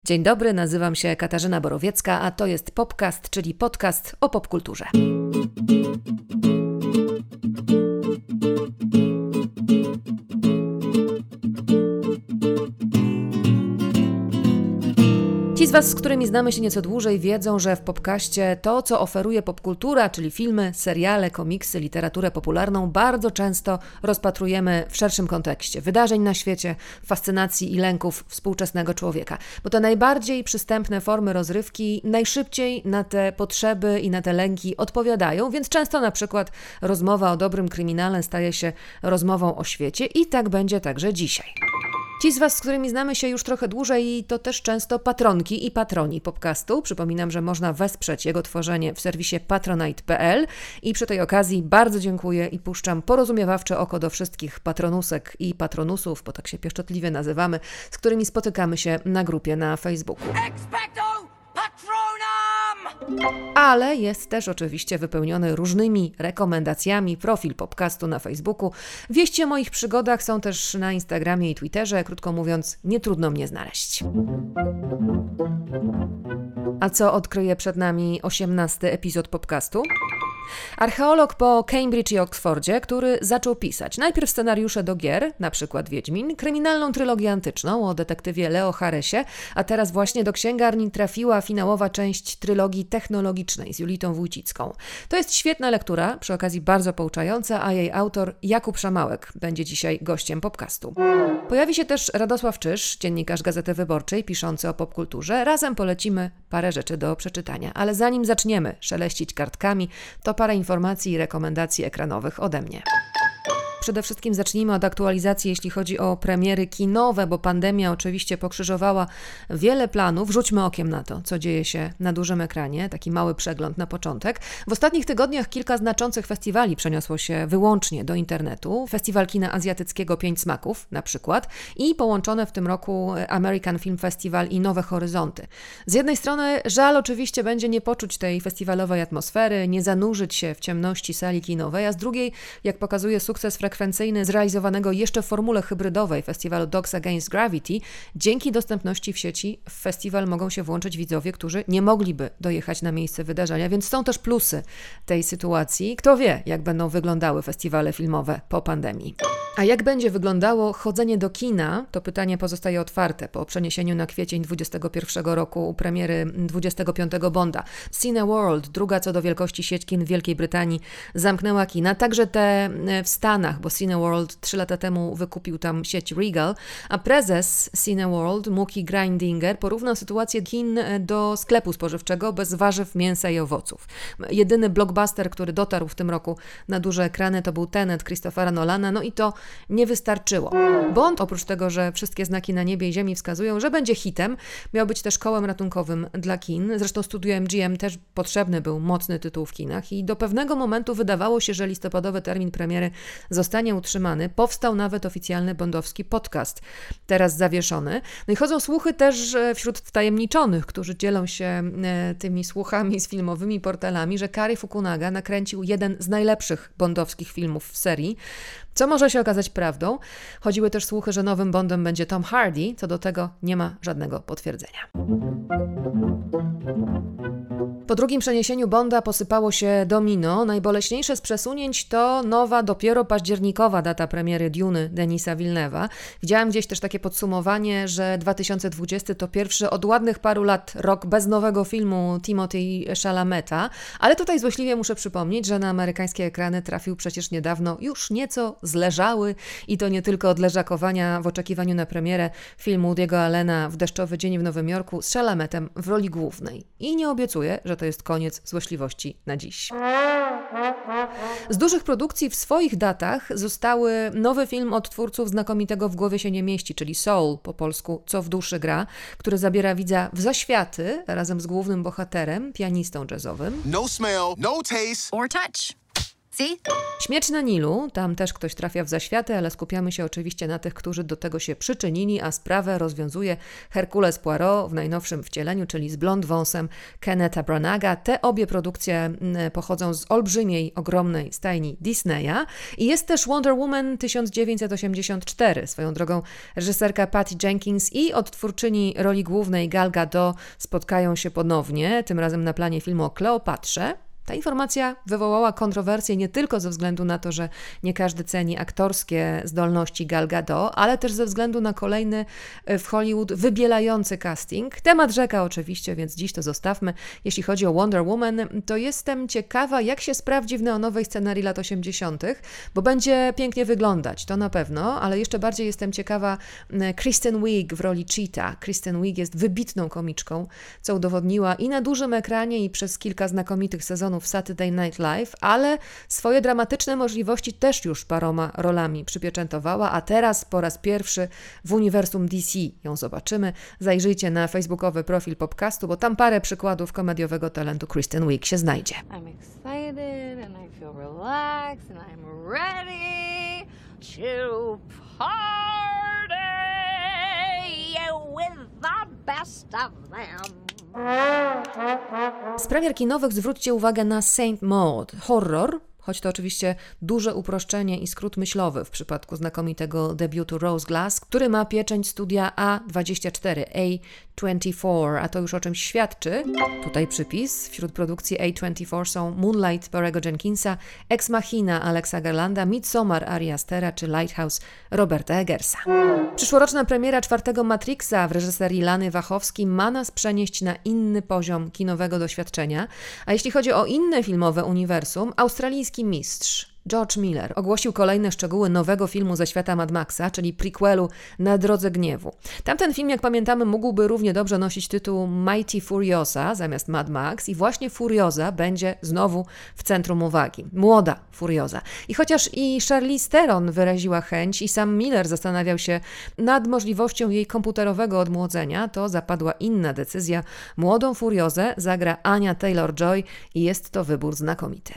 Dzień dobry, nazywam się Katarzyna Borowiecka, a to jest Popcast, czyli podcast o popkulturze. Ci z Was, z którymi znamy się nieco dłużej, wiedzą, że w Popcaście to, co oferuje popkultura, czyli filmy, seriale, komiksy, literaturę popularną, bardzo często rozpatrujemy w szerszym kontekście wydarzeń na świecie, fascynacji i lęków współczesnego człowieka. Bo te najbardziej przystępne formy rozrywki najszybciej na te potrzeby i na te lęki odpowiadają, więc często na przykład rozmowa o dobrym kryminale staje się rozmową o świecie i tak będzie także dzisiaj. Ci z Was, z którymi znamy się już trochę dłużej, to też często patronki i patroni Popcastu. Przypominam, że można wesprzeć jego tworzenie w serwisie patronite.pl i przy tej okazji bardzo dziękuję i puszczam porozumiewawcze oko do wszystkich patronusek i patronusów, bo tak się pieszczotliwie nazywamy, z którymi spotykamy się na grupie na Facebooku. Expecto Patronum! Ale jest też oczywiście wypełniony różnymi rekomendacjami profil Popcastu na Facebooku. Wieści o moich przygodach są też na Instagramie i Twitterze. Krótko mówiąc, nie trudno mnie znaleźć. A co odkryje przed nami 18 epizod Popcastu? Archeolog po Cambridge i Oxfordzie, który zaczął pisać najpierw scenariusze do gier, na przykład Wiedźmin, kryminalną trylogię antyczną o detektywie Leo Harrisie, a teraz właśnie do księgarni trafiła finałowa część trylogii technologicznej z Julitą Wójcicką. To jest świetna lektura, przy okazji bardzo pouczająca, a jej autor Jakub Szamałek będzie dzisiaj gościem Popcastu. Pojawi się też Radosław Czyż, dziennikarz Gazety Wyborczej, piszący o popkulturze. Razem polecimy parę rzeczy do przeczytania, ale zanim zaczniemy szeleścić kartkami, to parę informacji i rekomendacji ekranowych ode mnie. Przede wszystkim zacznijmy od aktualizacji, jeśli chodzi o premiery kinowe, bo pandemia oczywiście pokrzyżowała wiele planów. Rzućmy okiem na to, co dzieje się na dużym ekranie. Taki mały przegląd na początek. W ostatnich tygodniach kilka znaczących festiwali przeniosło się wyłącznie do internetu. Festiwal kina azjatyckiego 5 smaków na przykład i połączone w tym roku American Film Festival i Nowe Horyzonty. Z jednej strony żal oczywiście będzie nie poczuć tej festiwalowej atmosfery, nie zanurzyć się w ciemności sali kinowej, a z drugiej, jak pokazuje sukces frekwencyjny zrealizowanego jeszcze w formule hybrydowej festiwalu Dogs Against Gravity, dzięki dostępności w sieci w festiwal mogą się włączyć widzowie, którzy nie mogliby dojechać na miejsce wydarzenia, więc są też plusy tej sytuacji. Kto wie, jak będą wyglądały festiwale filmowe po pandemii. A jak będzie wyglądało chodzenie do kina, to pytanie pozostaje otwarte po przeniesieniu na kwiecień 2021 roku premiery 25 Bonda. Cineworld, druga co do wielkości sieć kin w Wielkiej Brytanii, zamknęła kina, także te w Stanach, bo Cineworld 3 lata temu wykupił tam sieć Regal, a prezes Cineworld, Mookie Grindinger, porównał sytuację kin do sklepu spożywczego bez warzyw, mięsa i owoców. Jedyny blockbuster, który dotarł w tym roku na duże ekrany, to był Tenet Christophera Nolana, no i to nie wystarczyło. Bond, oprócz tego, że wszystkie znaki na niebie i ziemi wskazują, że będzie hitem, miał być też kołem ratunkowym dla kin. Zresztą studiu MGM też potrzebny był mocny tytuł w kinach i do pewnego momentu wydawało się, że listopadowy termin premiery zostanie utrzymany. Powstał nawet oficjalny bondowski podcast, teraz zawieszony. No i chodzą słuchy też wśród wtajemniczonych, którzy dzielą się tymi słuchami z filmowymi portalami, że Cary Fukunaga nakręcił jeden z najlepszych bondowskich filmów w serii, co może się okazać prawdą. Chodziły też słuchy, że nowym Bondem będzie Tom Hardy, co do tego nie ma żadnego potwierdzenia. Po drugim przeniesieniu Bonda posypało się domino. Najboleśniejsze z przesunięć to nowa, dopiero październikowa data premiery Duny Denisa Villeneuve'a. Widziałam gdzieś też takie podsumowanie, że 2020 to pierwszy od ładnych paru lat rok bez nowego filmu Timothée Chalameta, ale tutaj złośliwie muszę przypomnieć, że na amerykańskie ekrany trafił przecież niedawno już nieco zleżały i to nie tylko od leżakowania w oczekiwaniu na premierę filmu Woody'ego Allena W deszczowy dzień w Nowym Jorku z Chalametem w roli głównej. I nie obiecuję, że to jest koniec złośliwości na dziś. Z dużych produkcji w swoich datach zostały nowy film od twórców znakomitego W głowie się nie mieści, czyli Soul, po polsku Co w duszy gra, który zabiera widza w zaświaty razem z głównym bohaterem, pianistą jazzowym. No smell, no taste or touch. See? Śmierć na Nilu, tam też ktoś trafia w zaświaty, ale skupiamy się oczywiście na tych, którzy do tego się przyczynili, a sprawę rozwiązuje Hercules Poirot w najnowszym wcieleniu, czyli z blond wąsem Kennetha Branaga. Te obie produkcje pochodzą z olbrzymiej, ogromnej stajni Disneya i jest też Wonder Woman 1984. Swoją drogą reżyserka Patty Jenkins i odtwórczyni roli głównej Gal Gadot spotkają się ponownie, tym razem na planie filmu o Kleopatrze. Ta informacja wywołała kontrowersje nie tylko ze względu na to, że nie każdy ceni aktorskie zdolności Gal Gadot, ale też ze względu na kolejny w Hollywood wybielający casting. Temat rzeka oczywiście, więc dziś to zostawmy. Jeśli chodzi o Wonder Woman, to jestem ciekawa, jak się sprawdzi w neonowej scenarii lat 80., bo będzie pięknie wyglądać, to na pewno, ale jeszcze bardziej jestem ciekawa Kristen Wiig w roli Cheetah. Kristen Wiig jest wybitną komiczką, co udowodniła i na dużym ekranie, i przez kilka znakomitych sezonów w Saturday Night Live, ale swoje dramatyczne możliwości też już paroma rolami przypieczętowała, a teraz po raz pierwszy w uniwersum DC ją zobaczymy. Zajrzyjcie na facebookowy profil Popcastu, bo tam parę przykładów komediowego talentu Kristen Wiig się znajdzie. I'm excited and I feel relaxed and I'm ready to party with the best of them. Z premier kinowych zwróćcie uwagę na Saint Maud, horror, choć to oczywiście duże uproszczenie i skrót myślowy w przypadku znakomitego debiutu Rose Glass, który ma pieczęć studia A24, a to już o czymś świadczy. Tutaj przypis. Wśród produkcji A24 są Moonlight Barry'ego Jenkinsa, Ex Machina Alexa Garlanda, Midsommar Ari Astera czy Lighthouse Roberta Eggersa. Przyszłoroczna premiera czwartego Matrixa w reżyserii Lany Wachowskiej ma nas przenieść na inny poziom kinowego doświadczenia, a jeśli chodzi o inne filmowe uniwersum, australijski mistrz George Miller ogłosił kolejne szczegóły nowego filmu ze świata Mad Maxa, czyli prequelu Na drodze gniewu. Tamten film, jak pamiętamy, mógłby równie dobrze nosić tytuł Mighty Furiosa zamiast Mad Max i właśnie Furiosa będzie znowu w centrum uwagi. Młoda Furiosa. I chociaż i Charlize Theron wyraziła chęć i sam Miller zastanawiał się nad możliwością jej komputerowego odmłodzenia, to zapadła inna decyzja. Młodą Furiozę zagra Anya Taylor-Joy i jest to wybór znakomity.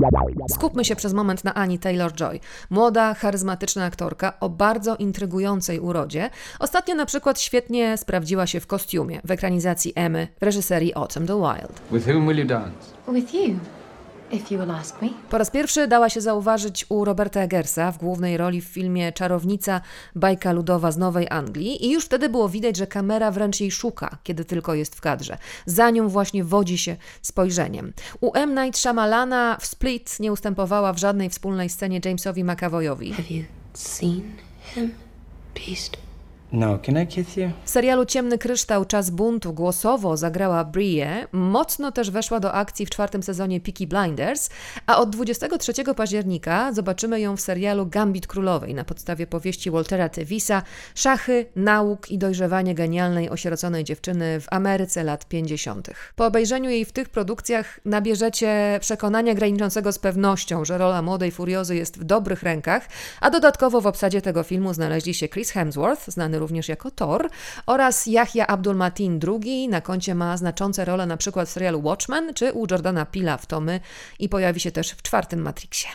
Skupmy się przez moment na Ani Taylor-Joy. Młoda, charyzmatyczna aktorka o bardzo intrygującej urodzie. Ostatnio na przykład świetnie sprawdziła się w kostiumie w ekranizacji Emmy w reżyserii Autumn the Wild. With whom will you dance? With you, if you will ask me. Po raz pierwszy dała się zauważyć u Roberta Eggersa w głównej roli w filmie Czarownica, bajka ludowa z Nowej Anglii i już wtedy było widać, że kamera wręcz jej szuka, kiedy tylko jest w kadrze. Za nią właśnie wodzi się spojrzeniem. U M. Night Shyamalana w Split nie ustępowała w żadnej wspólnej scenie Jamesowi McAvoyowi. Have you seen him, Beast? No, can I kiss you? W serialu Ciemny Kryształ, Czas buntu głosowo zagrała Brie, mocno też weszła do akcji w czwartym sezonie Peaky Blinders, a od 23 października zobaczymy ją w serialu Gambit Królowej na podstawie powieści Waltera Tevisa Szachy, nauk i dojrzewanie genialnej, osieroconej dziewczyny w Ameryce lat 50. Po obejrzeniu jej w tych produkcjach nabierzecie przekonania graniczącego z pewnością, że rola młodej Furiozy jest w dobrych rękach, a dodatkowo w obsadzie tego filmu znaleźli się Chris Hemsworth, znany również jako Thor, oraz Yahya Abdul-Mateen II. Na koncie ma znaczące role na przykład w serialu Watchmen czy u Jordana Peela w Tomy i pojawi się też w czwartym Matrixie.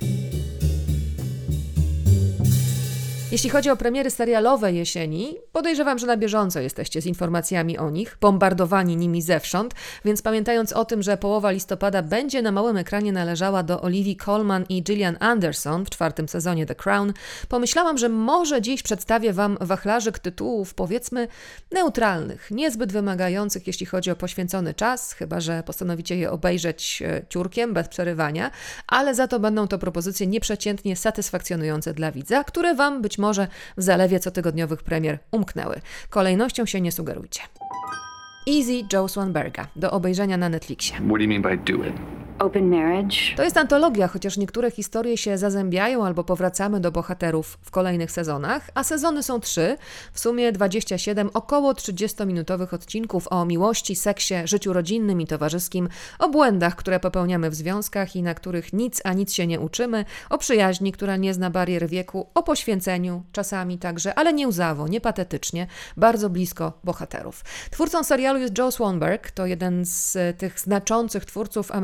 Jeśli chodzi o premiery serialowe jesieni, podejrzewam, że na bieżąco jesteście z informacjami o nich, bombardowani nimi zewsząd, więc pamiętając o tym, że połowa listopada będzie na małym ekranie należała do Olivia Colman i Gillian Anderson w czwartym sezonie The Crown, pomyślałam, że może dziś przedstawię Wam wachlarzyk tytułów, powiedzmy, neutralnych, niezbyt wymagających, jeśli chodzi o poświęcony czas, chyba że postanowicie je obejrzeć ciurkiem, bez przerywania, ale za to będą to propozycje nieprzeciętnie satysfakcjonujące dla widza, które Wam być może w zalewie cotygodniowych premier umknęły. Kolejnością się nie sugerujcie. Easy Joe Swanberga do obejrzenia na Netflixie. What do you mean by do it? Open marriage. To jest antologia, chociaż niektóre historie się zazębiają albo powracamy do bohaterów w kolejnych sezonach, a sezony są 3, w sumie 27 około 30-minutowych odcinków o miłości, seksie, życiu rodzinnym i towarzyskim, o błędach, które popełniamy w związkach i na których nic a nic się nie uczymy, o przyjaźni, która nie zna barier wieku, o poświęceniu, czasami także, ale nie łzawo, nie patetycznie, bardzo blisko bohaterów. Twórcą serialu jest Joe Swanberg, to jeden z tych znaczących twórców amerykańskiego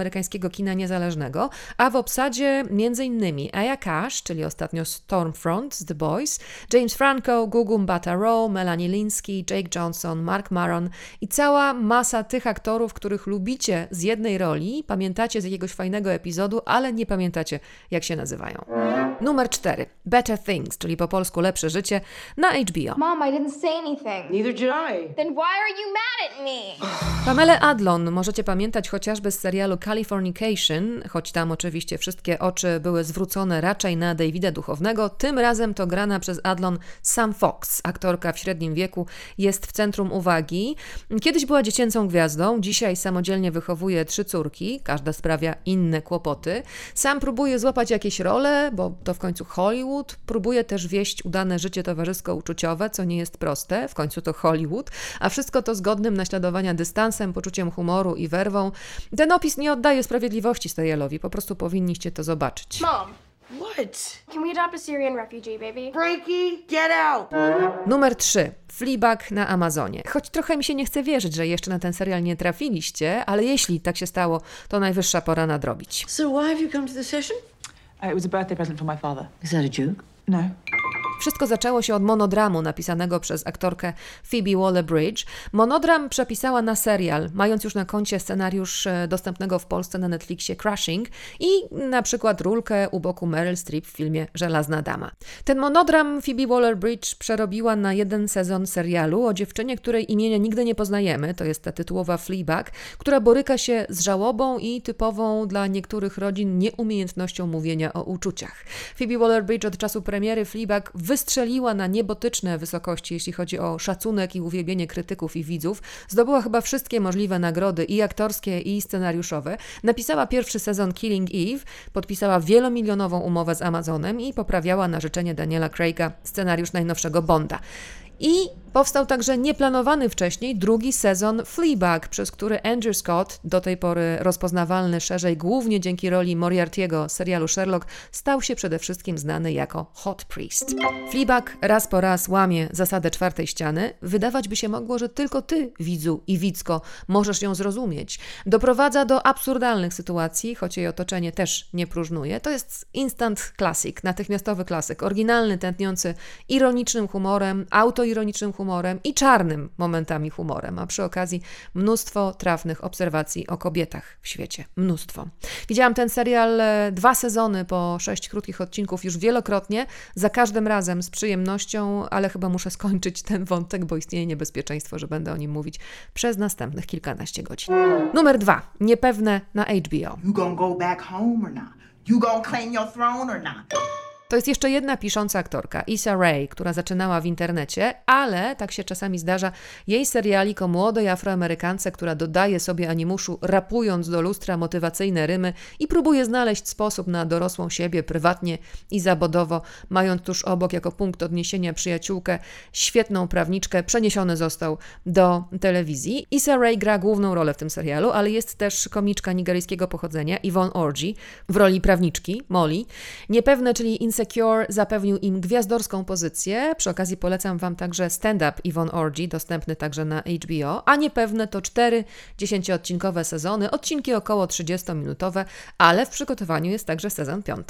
francuskiego kina niezależnego, a w obsadzie m.in. Aya Cash, czyli ostatnio Stormfront z The Boys, James Franco, Gugu Mbatha-Raw, Melanie Linsky, Jake Johnson, Mark Maron i cała masa tych aktorów, których lubicie z jednej roli, pamiętacie z jakiegoś fajnego epizodu, ale nie pamiętacie, jak się nazywają. Numer 4. Better Things, czyli po polsku Lepsze życie, na HBO. Mom, I didn't say anything. Neither did I. Then why are you mad at me? Pamelę Adlon możecie pamiętać chociażby z serialu Californication, choć tam oczywiście wszystkie oczy były zwrócone raczej na Davida Duchovnego. Tym razem to grana przez Adlon Sam Fox, aktorka w średnim wieku, jest w centrum uwagi. Kiedyś była dziecięcą gwiazdą, dzisiaj samodzielnie wychowuje 3 córki, każda sprawia inne kłopoty. Sam próbuje złapać jakieś role, bo to w końcu Hollywood. Próbuje też wieść udane życie towarzysko-uczuciowe, co nie jest proste, w końcu to Hollywood, a wszystko to z godnym naśladowania dystansem, poczuciem humoru i werwą. Ten opis nie oddaje sprawiedliwości serialowi, po prostu powinniście to zobaczyć. Mom, What? can we adopt a Syrian refugee, baby? Frankie, get out! Numer 3. Fleabag na Amazonie. Choć trochę mi się nie chce wierzyć, że jeszcze na ten serial nie trafiliście, ale jeśli tak się stało, to najwyższa pora nadrobić. So why have you come to the session? It was a birthday present for my father. Is that a joke? No. Wszystko zaczęło się od monodramu napisanego przez aktorkę Phoebe Waller-Bridge. Monodram przepisała na serial, mając już na koncie scenariusz dostępnego w Polsce na Netflixie Crashing i na przykład rólkę u boku Meryl Streep w filmie Żelazna Dama. Ten monodram Phoebe Waller-Bridge przerobiła na 1 sezon serialu o dziewczynie, której imienia nigdy nie poznajemy, to jest ta tytułowa Fleabag, która boryka się z żałobą i typową dla niektórych rodzin nieumiejętnością mówienia o uczuciach. Phoebe Waller-Bridge od czasu premiery Fleabag wystrzeliła na niebotyczne wysokości, jeśli chodzi o szacunek i uwielbienie krytyków i widzów. Zdobyła chyba wszystkie możliwe nagrody i aktorskie, i scenariuszowe. Napisała pierwszy sezon Killing Eve, podpisała wielomilionową umowę z Amazonem i poprawiała na życzenie Daniela Craiga scenariusz najnowszego Bonda. I powstał także nieplanowany wcześniej 2. sezon Fleabag, przez który Andrew Scott, do tej pory rozpoznawalny szerzej głównie dzięki roli Moriarty'ego z serialu Sherlock, stał się przede wszystkim znany jako Hot Priest. Fleabag raz po raz łamie zasadę 4. ściany. Wydawać by się mogło, że tylko ty, widzu i widzko, możesz ją zrozumieć. Doprowadza do absurdalnych sytuacji, choć jej otoczenie też nie próżnuje. To jest instant classic, natychmiastowy klasyk, oryginalny, tętniący ironicznym humorem, autoironicznym humorem i czarnym momentami humorem, a przy okazji mnóstwo trafnych obserwacji o kobietach w świecie. Mnóstwo. Widziałam ten serial 2 sezony po 6 krótkich odcinków już wielokrotnie, za każdym razem z przyjemnością, ale chyba muszę skończyć ten wątek, bo istnieje niebezpieczeństwo, że będę o nim mówić przez następnych kilkanaście godzin. Numer 2. Niepewne na HBO. You gonna go back home or not? You gonna claim your throne or not? To jest jeszcze jedna pisząca aktorka, Issa Rae, która zaczynała w internecie, ale, tak się czasami zdarza, jej serialik o młodej Afroamerykance, która dodaje sobie animuszu, rapując do lustra motywacyjne rymy i próbuje znaleźć sposób na dorosłą siebie prywatnie i zawodowo, mając tuż obok jako punkt odniesienia przyjaciółkę, świetną prawniczkę, przeniesiony został do telewizji. Issa Rae gra główną rolę w tym serialu, ale jest też komiczka nigeryjskiego pochodzenia, Yvonne Orji, w roli prawniczki, Molly. Niepewne, czyli Insecure zapewnił im gwiazdorską pozycję. Przy okazji polecam Wam także stand-up Yvonne Orji, dostępny także na HBO, a Niepewne to 4 10-odcinkowe sezony, odcinki około 30-minutowe, ale w przygotowaniu jest także sezon 5.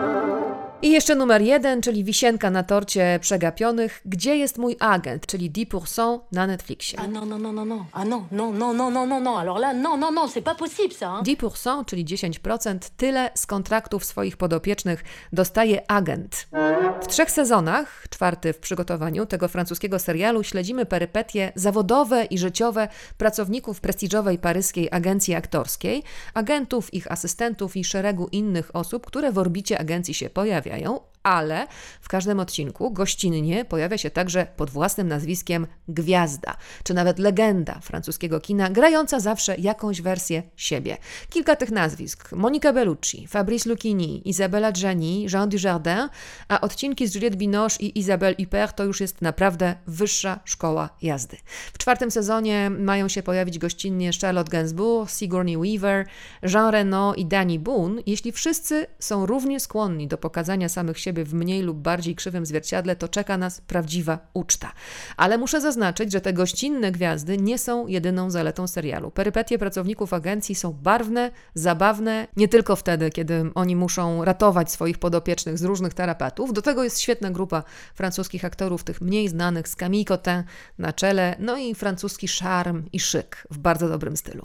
I jeszcze numer 1, czyli wisienka na torcie przegapionych. Gdzie jest mój agent, czyli 10% na Netflixie. Ah non, non, non, non, non. Ah non, non, non, non, non, non, non. Alors là, non, non, non, c'est pas possible ça. Hein? 10%, czyli 10%, tyle z kontraktów swoich podopiecznych dostaje agent. W 3 sezonach, 4 w przygotowaniu tego francuskiego serialu, śledzimy perypetie zawodowe i życiowe pracowników prestiżowej paryskiej agencji aktorskiej, agentów, ich asystentów i szeregu innych osób, które w orbicie agencji się pojawiają, ale w każdym odcinku gościnnie pojawia się także pod własnym nazwiskiem gwiazda, czy nawet legenda francuskiego kina, grająca zawsze jakąś wersję siebie. Kilka tych nazwisk: Monica Bellucci, Fabrice Lucchini, Isabella Gianni, Jean Dujardin, a odcinki z Juliette Binoche i Isabelle Huppert to już jest naprawdę wyższa szkoła jazdy. W 4 sezonie mają się pojawić gościnnie Charlotte Gainsbourg, Sigourney Weaver, Jean Reno i Danny Boone. Jeśli wszyscy są równie skłonni do pokazania samych siebie siebie w mniej lub bardziej krzywym zwierciadle, to czeka nas prawdziwa uczta. Ale muszę zaznaczyć, że te gościnne gwiazdy nie są jedyną zaletą serialu. Perypetie pracowników agencji są barwne, zabawne, nie tylko wtedy, kiedy oni muszą ratować swoich podopiecznych z różnych tarapatów. Do tego jest świetna grupa francuskich aktorów, tych mniej znanych, z Camille Cotin na czele, no i francuski szarm i szyk w bardzo dobrym stylu.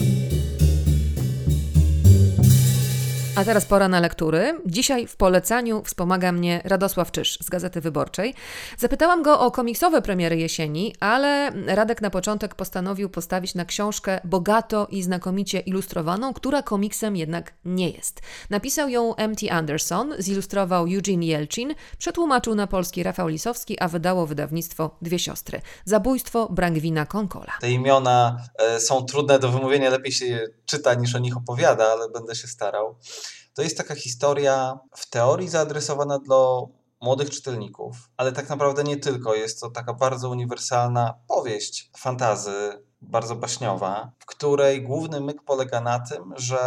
A teraz pora na lektury. Dzisiaj w polecaniu wspomaga mnie Radosław Czyż z Gazety Wyborczej. Zapytałam go o komiksowe premiery jesieni, ale Radek na początek postanowił postawić na książkę bogato i znakomicie ilustrowaną, która komiksem jednak nie jest. Napisał ją M.T. Anderson, zilustrował Eugene Jelcin, przetłumaczył na polski Rafał Lisowski, a wydało wydawnictwo Dwie Siostry. Zabójstwo Brangwina Konkola. Te imiona są trudne do wymówienia, lepiej się je czyta niż o nich opowiada, ale będę się starał. To jest taka historia w teorii zaadresowana dla młodych czytelników, ale tak naprawdę nie tylko. Jest to taka bardzo uniwersalna powieść fantasy, bardzo baśniowa, w której główny myk polega na tym, że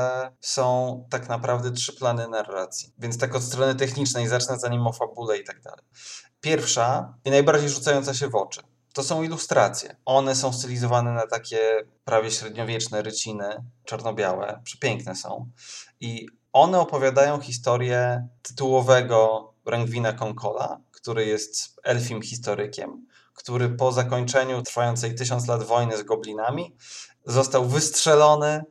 są tak naprawdę 3 plany narracji. Więc tak od strony technicznej zacznę, zanim o fabule i tak dalej. Pierwsza i najbardziej rzucająca się w oczy to są ilustracje. One są stylizowane na takie prawie średniowieczne ryciny, czarno-białe, przepiękne są. I one opowiadają historię tytułowego Brangwina Konkola, który jest elfim historykiem, który po zakończeniu trwającej 1000 lat wojny z goblinami został wystrzelony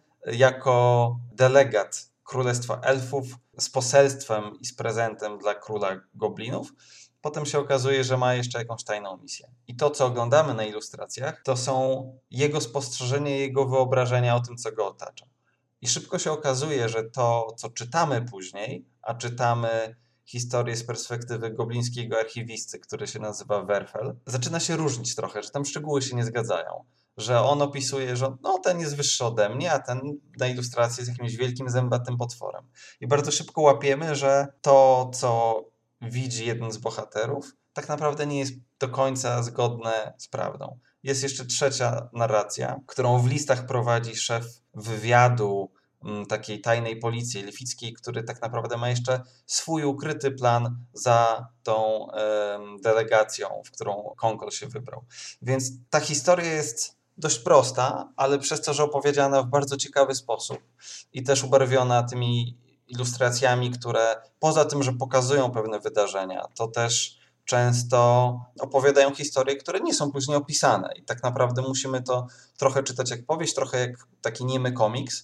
jako delegat Królestwa Elfów z poselstwem i z prezentem dla króla goblinów. Potem się okazuje, że ma jeszcze jakąś tajną misję. I to, co oglądamy na ilustracjach, to są jego spostrzeżenia, jego wyobrażenia o tym, co go otacza. I szybko się okazuje, że to, co czytamy później, a czytamy historię z perspektywy goblińskiego archiwisty, który się nazywa Werfel, zaczyna się różnić trochę, że tam szczegóły się nie zgadzają. Że on opisuje, że no, ten jest wyższy ode mnie, a ten na ilustracji jest jakimś wielkim zębatym potworem. I bardzo szybko łapiemy, że to, co widzi jeden z bohaterów, tak naprawdę nie jest do końca zgodne z prawdą. Jest jeszcze trzecia narracja, którą w listach prowadzi szef wywiadu takiej tajnej policji lifickiej, który tak naprawdę ma jeszcze swój ukryty plan za tą delegacją, w którą Konkol się wybrał. Więc ta historia jest dość prosta, ale przez to, że opowiedziana w bardzo ciekawy sposób i też ubarwiona tymi ilustracjami, które poza tym, że pokazują pewne wydarzenia, to też często opowiadają historie, które nie są później opisane i tak naprawdę musimy to trochę czytać jak powieść, trochę jak taki niemy komiks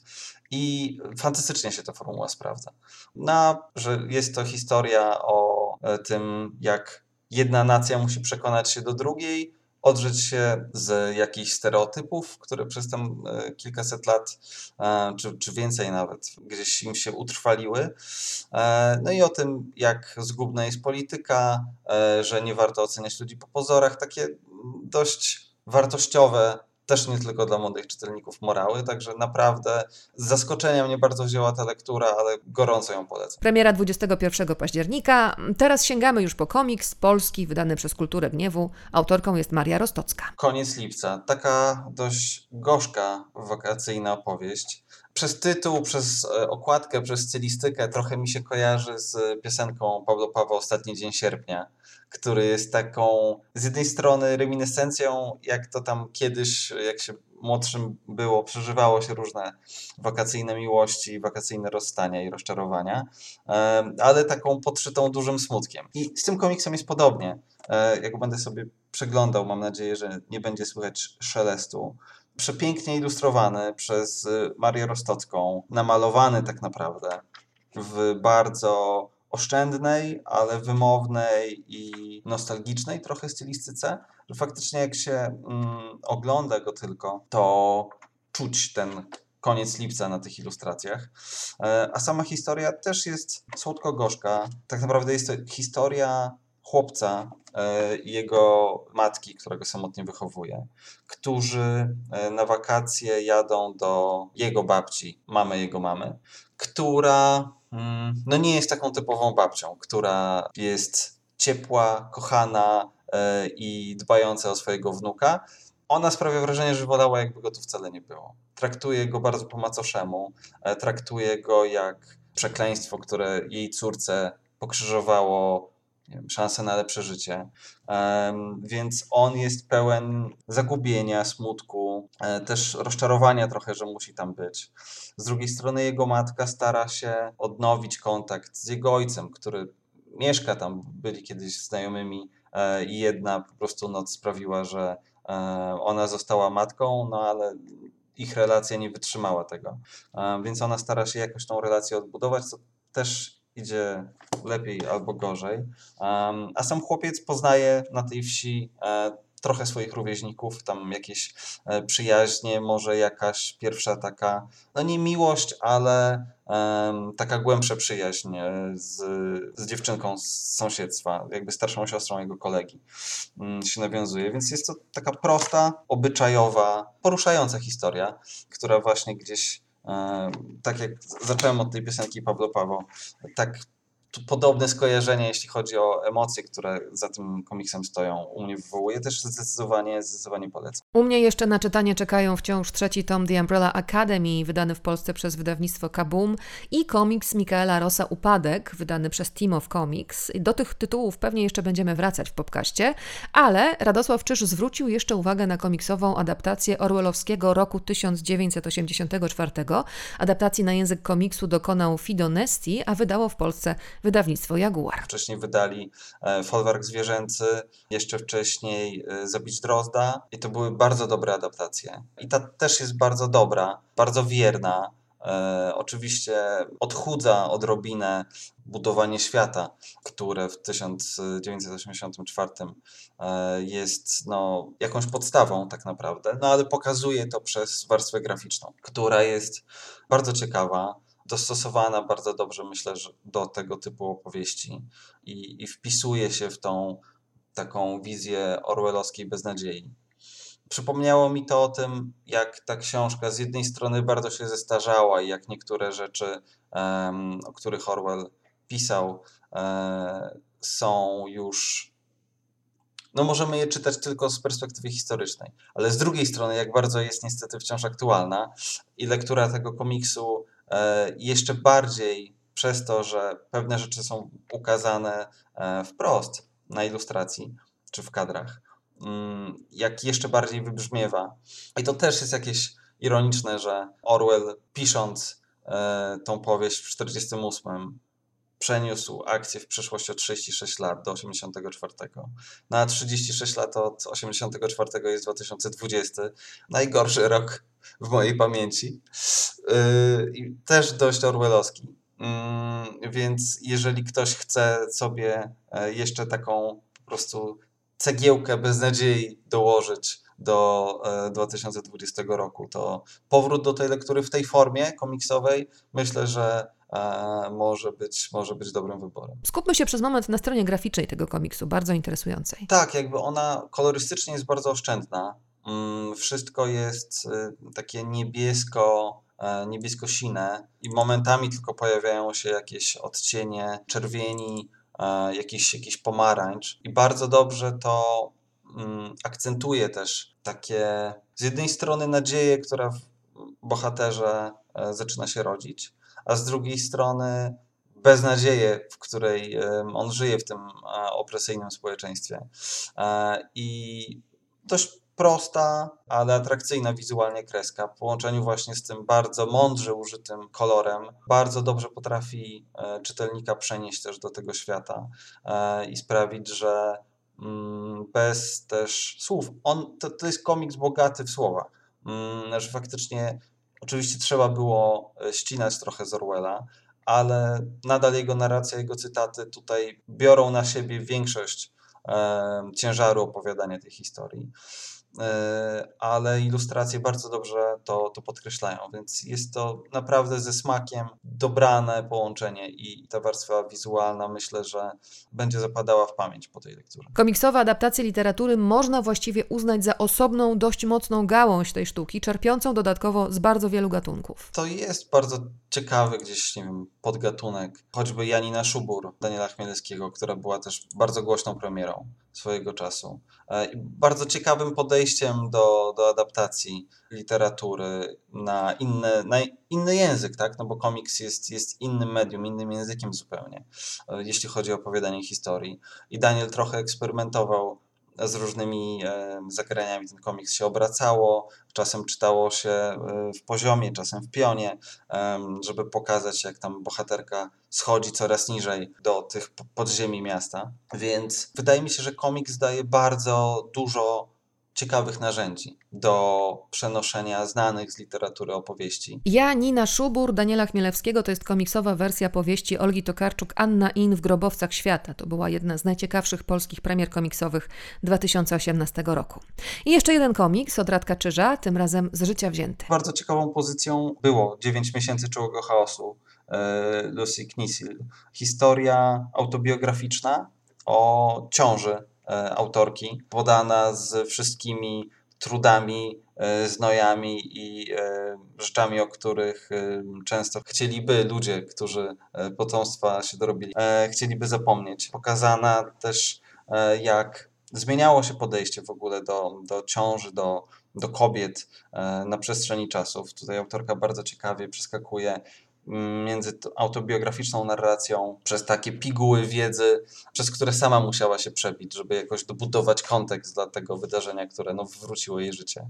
i fantastycznie się ta formuła sprawdza. Że jest to historia o tym, jak jedna nacja musi przekonać się do drugiej, odrzeć się z jakichś stereotypów, które przez tam kilkaset lat, czy więcej nawet, gdzieś im się utrwaliły. No i o tym, jak zgubna jest polityka, że nie warto oceniać ludzi po pozorach, takie dość wartościowe, też nie tylko dla młodych czytelników morały, także naprawdę z zaskoczenia mnie bardzo wzięła ta lektura, ale gorąco ją polecam. Premiera 21 października. Teraz sięgamy już po komiks polski, wydany przez Kulturę Gniewu. Autorką jest Maria Rostocka. Koniec lipca. Taka dość gorzka wakacyjna opowieść. Przez tytuł, przez okładkę, przez stylistykę trochę mi się kojarzy z piosenką Pablo Pawła Ostatni dzień sierpnia, który jest taką z jednej strony reminiscencją, jak to tam kiedyś, jak się młodszym było, przeżywało się różne wakacyjne miłości, wakacyjne rozstania i rozczarowania, ale taką podszytą dużym smutkiem. I z tym komiksem jest podobnie. Jak będę sobie przeglądał, mam nadzieję, że nie będzie słychać szelestu. Przepięknie ilustrowany przez Marię Rostocką, namalowany tak naprawdę w bardzo oszczędnej, ale wymownej i nostalgicznej trochę stylistyce, że faktycznie jak się ogląda go tylko, to czuć ten koniec lipca na tych ilustracjach. A sama historia też jest słodko-gorzka. Tak naprawdę jest to historia chłopca i jego matki, którego samotnie wychowuje, którzy na wakacje jadą do jego babci, jego mamy, która no nie jest taką typową babcią, która jest ciepła, kochana i dbająca o swojego wnuka. Ona sprawia wrażenie, że wolała, jakby go tu wcale nie było. Traktuje go bardzo po macoszemu, traktuje go jak przekleństwo, które jej córce pokrzyżowało nie wiem, szansę na lepsze życie. Więc on jest pełen zagubienia, smutku, też rozczarowania trochę, że musi tam być. Z drugiej strony jego matka stara się odnowić kontakt z jego ojcem, który mieszka tam, byli kiedyś znajomymi i jedna po prostu noc sprawiła, że ona została matką, no ale ich relacja nie wytrzymała tego. Więc ona stara się jakoś tą relację odbudować, co też idzie lepiej albo gorzej. A sam chłopiec poznaje na tej wsi trochę swoich rówieśników, tam jakieś przyjaźnie, może jakaś pierwsza taka, no nie miłość, ale taka głębsza przyjaźń z dziewczynką z sąsiedztwa, jakby starszą siostrą jego kolegi się nawiązuje. Więc jest to taka prosta, obyczajowa, poruszająca historia, która właśnie gdzieś, tak jak zacząłem od tej piosenki Pablo Paweł, tak podobne skojarzenia, jeśli chodzi o emocje, które za tym komiksem stoją, u mnie wywołuje, też zdecydowanie polecam. U mnie jeszcze na czytanie czekają wciąż 3. tom The Umbrella Academy, wydany w Polsce przez wydawnictwo Kaboom, i komiks Michaela Rossa Upadek, wydany przez Team of Comics. Do tych tytułów pewnie jeszcze będziemy wracać w podcaście, ale Radosław Czyż zwrócił jeszcze uwagę na komiksową adaptację orwellowskiego roku 1984. Adaptacji na język komiksu dokonał Fidonesti, a wydało w Polsce wydawnictwo Jaguar. Wcześniej wydali Folwark Zwierzęcy, jeszcze wcześniej Zabić Drozda i to były bardzo dobre adaptacje. I ta też jest bardzo dobra, bardzo wierna. Oczywiście odchudza odrobinę budowanie świata, które w 1984 jest no, jakąś podstawą tak naprawdę, no ale pokazuje to przez warstwę graficzną, która jest bardzo ciekawa, dostosowana bardzo dobrze, myślę, że do tego typu opowieści i wpisuje się w tą taką wizję orwellowskiej beznadziei. Przypomniało mi to o tym, jak ta książka z jednej strony bardzo się zestarzała i jak niektóre rzeczy, o których Orwell pisał, są już... No możemy je czytać tylko z perspektywy historycznej, ale z drugiej strony jak bardzo jest niestety wciąż aktualna i lektura tego komiksu jeszcze bardziej przez to, że pewne rzeczy są ukazane wprost na ilustracji czy w kadrach, jak jeszcze bardziej wybrzmiewa. I to też jest jakieś ironiczne, że Orwell, pisząc tą powieść w 1948, przeniósł akcję w przyszłość o 36 lat do 84. No a 36 lat od 84 jest 2020. Najgorszy rok w mojej pamięci. I też dość orwellowski. Więc jeżeli ktoś chce sobie jeszcze taką po prostu cegiełkę beznadziei dołożyć do 2020 roku, to powrót do tej lektury w tej formie komiksowej myślę, że może być dobrym wyborem. Skupmy się przez moment na stronie graficznej tego komiksu, bardzo interesującej. Tak, jakby ona kolorystycznie jest bardzo oszczędna. Wszystko jest takie niebiesko-sine i momentami tylko pojawiają się jakieś odcienie czerwieni, jakiś pomarańcz i bardzo dobrze to akcentuje też takie z jednej strony nadzieję, która w bohaterze zaczyna się rodzić, a z drugiej strony beznadzieję, w której on żyje w tym opresyjnym społeczeństwie. I dość prosta, ale atrakcyjna wizualnie kreska w połączeniu właśnie z tym bardzo mądrze użytym kolorem bardzo dobrze potrafi czytelnika przenieść też do tego świata i sprawić, że bez też słów. To jest komiks bogaty w słowa, że faktycznie oczywiście trzeba było ścinać trochę z Orwella, ale nadal jego narracja, jego cytaty tutaj biorą na siebie większość ciężaru opowiadania tej historii. Ale ilustracje bardzo dobrze to podkreślają, więc jest to naprawdę ze smakiem dobrane połączenie i ta warstwa wizualna myślę, że będzie zapadała w pamięć po tej lekturze. Komiksowe adaptacje literatury można właściwie uznać za osobną, dość mocną gałąź tej sztuki, czerpiącą dodatkowo z bardzo wielu gatunków. To jest bardzo ciekawy gdzieś, nie wiem, podgatunek. Choćby Janina Szubur Daniela Chmielewskiego, która była też bardzo głośną premierą swojego czasu. I bardzo ciekawym podejściem do adaptacji literatury na inny język, tak? No bo komiks jest innym medium, innym językiem zupełnie, jeśli chodzi o opowiadanie historii. I Daniel trochę eksperymentował z różnymi zagraniami. Ten komiks się obracało, czasem czytało się w poziomie, czasem w pionie, żeby pokazać, jak tam bohaterka schodzi coraz niżej do tych podziemi miasta. Więc wydaje mi się, że komiks daje bardzo dużo ciekawych narzędzi do przenoszenia znanych z literatury opowieści. Janina Szubur Daniela Chmielewskiego to jest komiksowa wersja powieści Olgi Tokarczuk Anna In w Grobowcach Świata. To była jedna z najciekawszych polskich premier komiksowych 2018 roku. I jeszcze jeden komiks od Radka Czyża, tym razem z życia wzięty. Bardzo ciekawą pozycją było 9 miesięcy czułego chaosu Lucy Knisil. Historia autobiograficzna o ciąży autorki, podana z wszystkimi trudami, znojami i rzeczami, o których często chcieliby ludzie, którzy potomstwa się dorobili, chcieliby zapomnieć. Pokazana też, jak zmieniało się podejście w ogóle do ciąży, do kobiet na przestrzeni czasów. Tutaj autorka bardzo ciekawie przeskakuje między autobiograficzną narracją przez takie piguły wiedzy, przez które sama musiała się przebić, żeby jakoś dobudować kontekst dla tego wydarzenia, które wywróciło jej życie.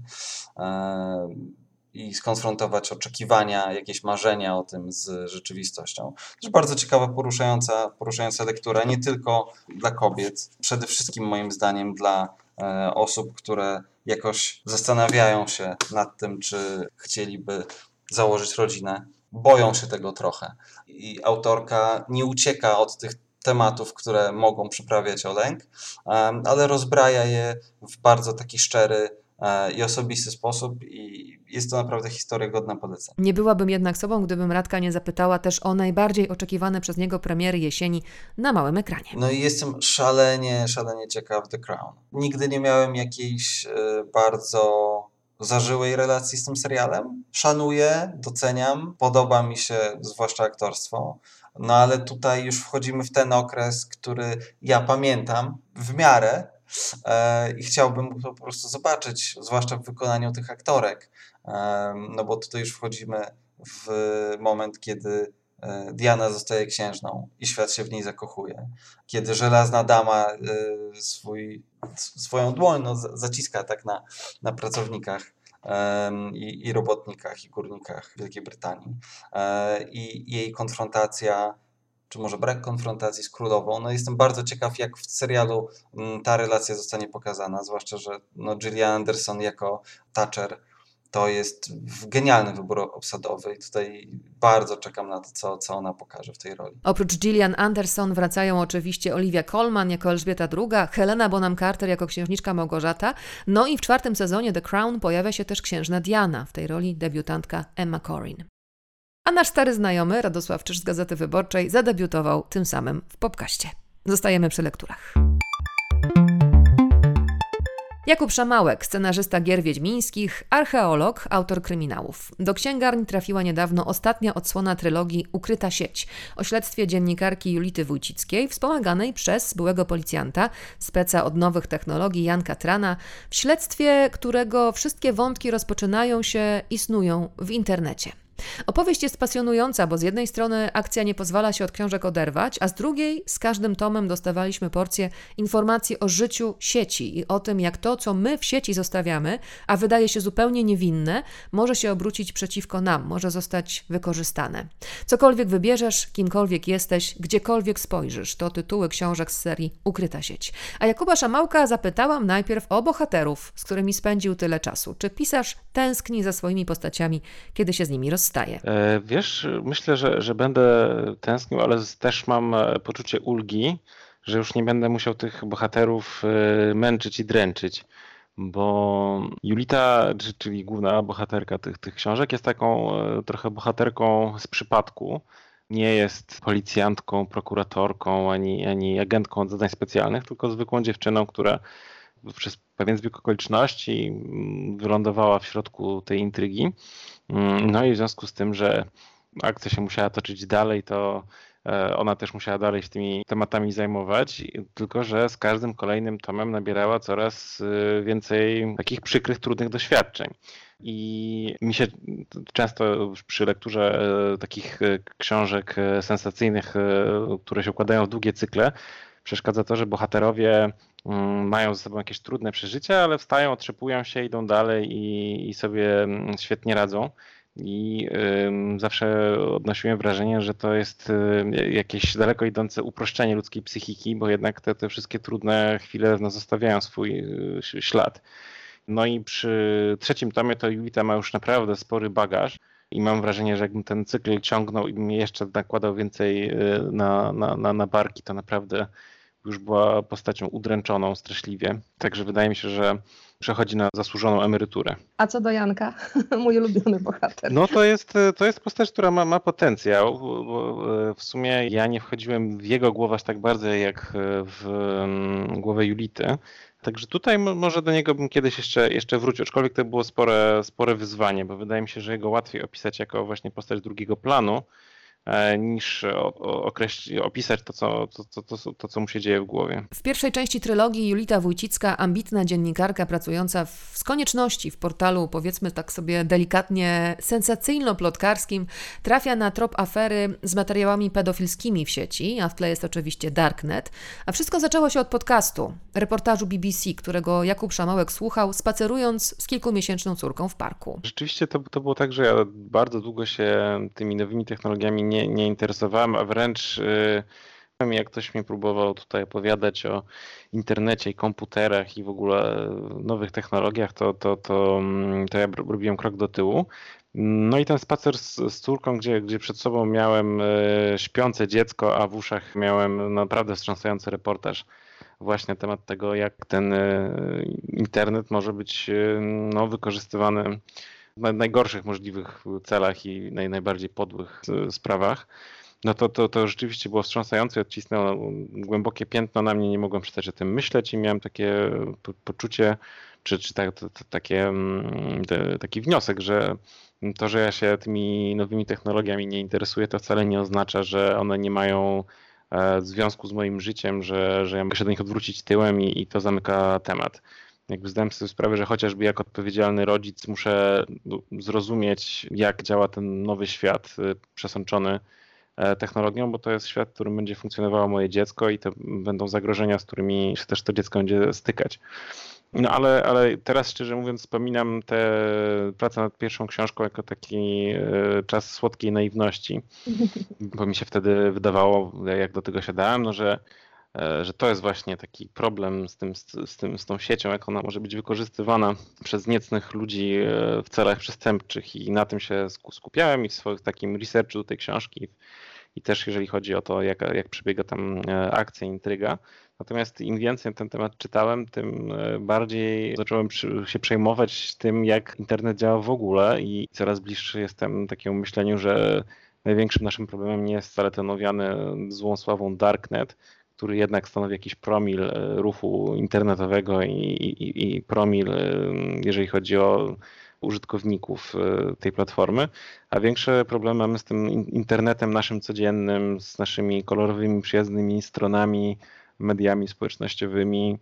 I skonfrontować oczekiwania, jakieś marzenia o tym z rzeczywistością. To bardzo ciekawa, poruszająca lektura, nie tylko dla kobiet, przede wszystkim moim zdaniem dla osób, które jakoś zastanawiają się nad tym, czy chcieliby założyć rodzinę. Boją się tego trochę. I autorka nie ucieka od tych tematów, które mogą przyprawiać o lęk, ale rozbraja je w bardzo taki szczery i osobisty sposób i jest to naprawdę historia godna polecenia. Nie byłabym jednak sobą, gdybym Radka nie zapytała też o najbardziej oczekiwane przez niego premiery jesieni na małym ekranie. No i jestem szalenie ciekaw The Crown. Nigdy nie miałem jakiejś bardzo zażyłej relacji z tym serialem. Szanuję, doceniam, podoba mi się zwłaszcza aktorstwo, no ale tutaj już wchodzimy w ten okres, który ja pamiętam w miarę i chciałbym po prostu zobaczyć, zwłaszcza w wykonaniu tych aktorek, no bo tutaj już wchodzimy w moment, kiedy Diana zostaje księżną i świat się w niej zakochuje. Kiedy żelazna dama swoją dłoń zaciska tak na pracownikach i robotnikach i górnikach Wielkiej Brytanii. I jej konfrontacja, czy może brak konfrontacji z królową. No jestem bardzo ciekaw, jak w serialu ta relacja zostanie pokazana, zwłaszcza, że Gillian Anderson jako Thatcher to jest genialny wybór obsadowy i tutaj bardzo czekam na to, co ona pokaże w tej roli. Oprócz Gillian Anderson wracają oczywiście Olivia Colman jako Elżbieta II, Helena Bonham Carter jako księżniczka Małgorzata, no i w 4. sezonie The Crown pojawia się też księżna Diana, w tej roli debiutantka Emma Corrin. A nasz stary znajomy Radosław Czyż z Gazety Wyborczej zadebiutował tym samym w Popcaście. Zostajemy przy lekturach. Jakub Szamałek, scenarzysta gier wiedźmińskich, archeolog, autor kryminałów. Do księgarni trafiła niedawno ostatnia odsłona trylogii Ukryta sieć o śledztwie dziennikarki Julity Wójcickiej, wspomaganej przez byłego policjanta, speca od nowych technologii Janka Trana, w śledztwie którego wszystkie wątki rozpoczynają się i snują w internecie. Opowieść jest pasjonująca, bo z jednej strony akcja nie pozwala się od książek oderwać, a z drugiej z każdym tomem dostawaliśmy porcję informacji o życiu sieci i o tym, jak to, co my w sieci zostawiamy, a wydaje się zupełnie niewinne, może się obrócić przeciwko nam, może zostać wykorzystane. Cokolwiek wybierzesz, kimkolwiek jesteś, gdziekolwiek spojrzysz, to tytuły książek z serii Ukryta sieć. A Jakuba Szamałka zapytałam najpierw o bohaterów, z którymi spędził tyle czasu. Czy pisarz tęskni za swoimi postaciami, kiedy się z nimi rozstaje? Wiesz, myślę, że będę tęsknił, ale też mam poczucie ulgi, że już nie będę musiał tych bohaterów męczyć i dręczyć, bo Julita, czyli główna bohaterka tych książek, jest taką trochę bohaterką z przypadku. Nie jest policjantką, prokuratorką, ani agentką od zadań specjalnych, tylko zwykłą dziewczyną, która przez pewien zbieg okoliczności wylądowała w środku tej intrygi. No i w związku z tym, że akcja się musiała toczyć dalej, to ona też musiała dalej się tymi tematami zajmować, tylko że z każdym kolejnym tomem nabierała coraz więcej takich przykrych, trudnych doświadczeń. I mi się często przy lekturze takich książek sensacyjnych, które się układają w długie cykle, przeszkadza to, że bohaterowie mają ze sobą jakieś trudne przeżycia, ale wstają, otrzepują się, idą dalej i sobie świetnie radzą. I zawsze odnosiłem wrażenie, że to jest jakieś daleko idące uproszczenie ludzkiej psychiki, bo jednak te wszystkie trudne chwile zostawiają swój ślad. No i przy trzecim tomie to Julita ma już naprawdę spory bagaż i mam wrażenie, że jakbym ten cykl ciągnął i bym jeszcze nakładał więcej na barki, to naprawdę już była postacią udręczoną straszliwie. Także wydaje mi się, że przechodzi na zasłużoną emeryturę. A co do Janka, mój ulubiony bohater? No to jest postać, która ma potencjał, bo w sumie ja nie wchodziłem w jego głowę aż tak bardzo jak w głowę Julity. Także tutaj może do niego bym kiedyś jeszcze wrócił, aczkolwiek to było spore wyzwanie, bo wydaje mi się, że jego łatwiej opisać jako właśnie postać drugiego planu, niż opisać to, co mu się dzieje w głowie. W pierwszej części trylogii Julita Wójcicka, ambitna dziennikarka pracująca z konieczności w portalu, powiedzmy tak sobie delikatnie sensacyjno-plotkarskim, trafia na trop afery z materiałami pedofilskimi w sieci, a w tle jest oczywiście Darknet. A wszystko zaczęło się od podcastu, reportażu BBC, którego Jakub Szamałek słuchał, spacerując z kilkumiesięczną córką w parku. Rzeczywiście to było tak, że ja bardzo długo się tymi nowymi technologiami nie interesowałem, a wręcz jak ktoś mi próbował tutaj opowiadać o internecie i komputerach i w ogóle nowych technologiach, to ja robiłem krok do tyłu. No i ten spacer z córką, gdzie przed sobą miałem śpiące dziecko, a w uszach miałem naprawdę wstrząsający reportaż właśnie na temat tego, jak ten internet może być wykorzystywany w najgorszych możliwych celach i najbardziej podłych sprawach. No to rzeczywiście było wstrząsające, odcisnęło głębokie piętno na mnie, nie mogłem przestać o tym myśleć i miałem takie poczucie, czy taki wniosek, że to, że ja się tymi nowymi technologiami nie interesuję, to wcale nie oznacza, że one nie mają związku z moim życiem, że ja muszę do nich odwrócić tyłem i to zamyka temat. Jakby zdałem sobie sprawę, że chociażby jako odpowiedzialny rodzic muszę zrozumieć, jak działa ten nowy świat przesączony technologią, bo to jest świat, w którym będzie funkcjonowało moje dziecko i to będą zagrożenia, z którymi się też to dziecko będzie stykać. No ale teraz szczerze mówiąc wspominam tę pracę nad pierwszą książką jako taki czas słodkiej naiwności, bo mi się wtedy wydawało, jak do tego siadałem, że to jest właśnie taki problem z tą siecią, jak ona może być wykorzystywana przez niecnych ludzi w celach przestępczych i na tym się skupiałem i w swoim takim researchu tej książki i też jeżeli chodzi o to, jak przebiega tam akcja, intryga. Natomiast im więcej na ten temat czytałem, tym bardziej zacząłem się przejmować tym, jak internet działa w ogóle i coraz bliższy jestem takiemu myśleniu, że największym naszym problemem nie jest wcale ten owiany złą sławą Darknet, który jednak stanowi jakiś promil ruchu internetowego i promil, jeżeli chodzi o użytkowników tej platformy, a większe problemy mamy z tym internetem naszym codziennym, z naszymi kolorowymi, przyjaznymi stronami, mediami społecznościowymi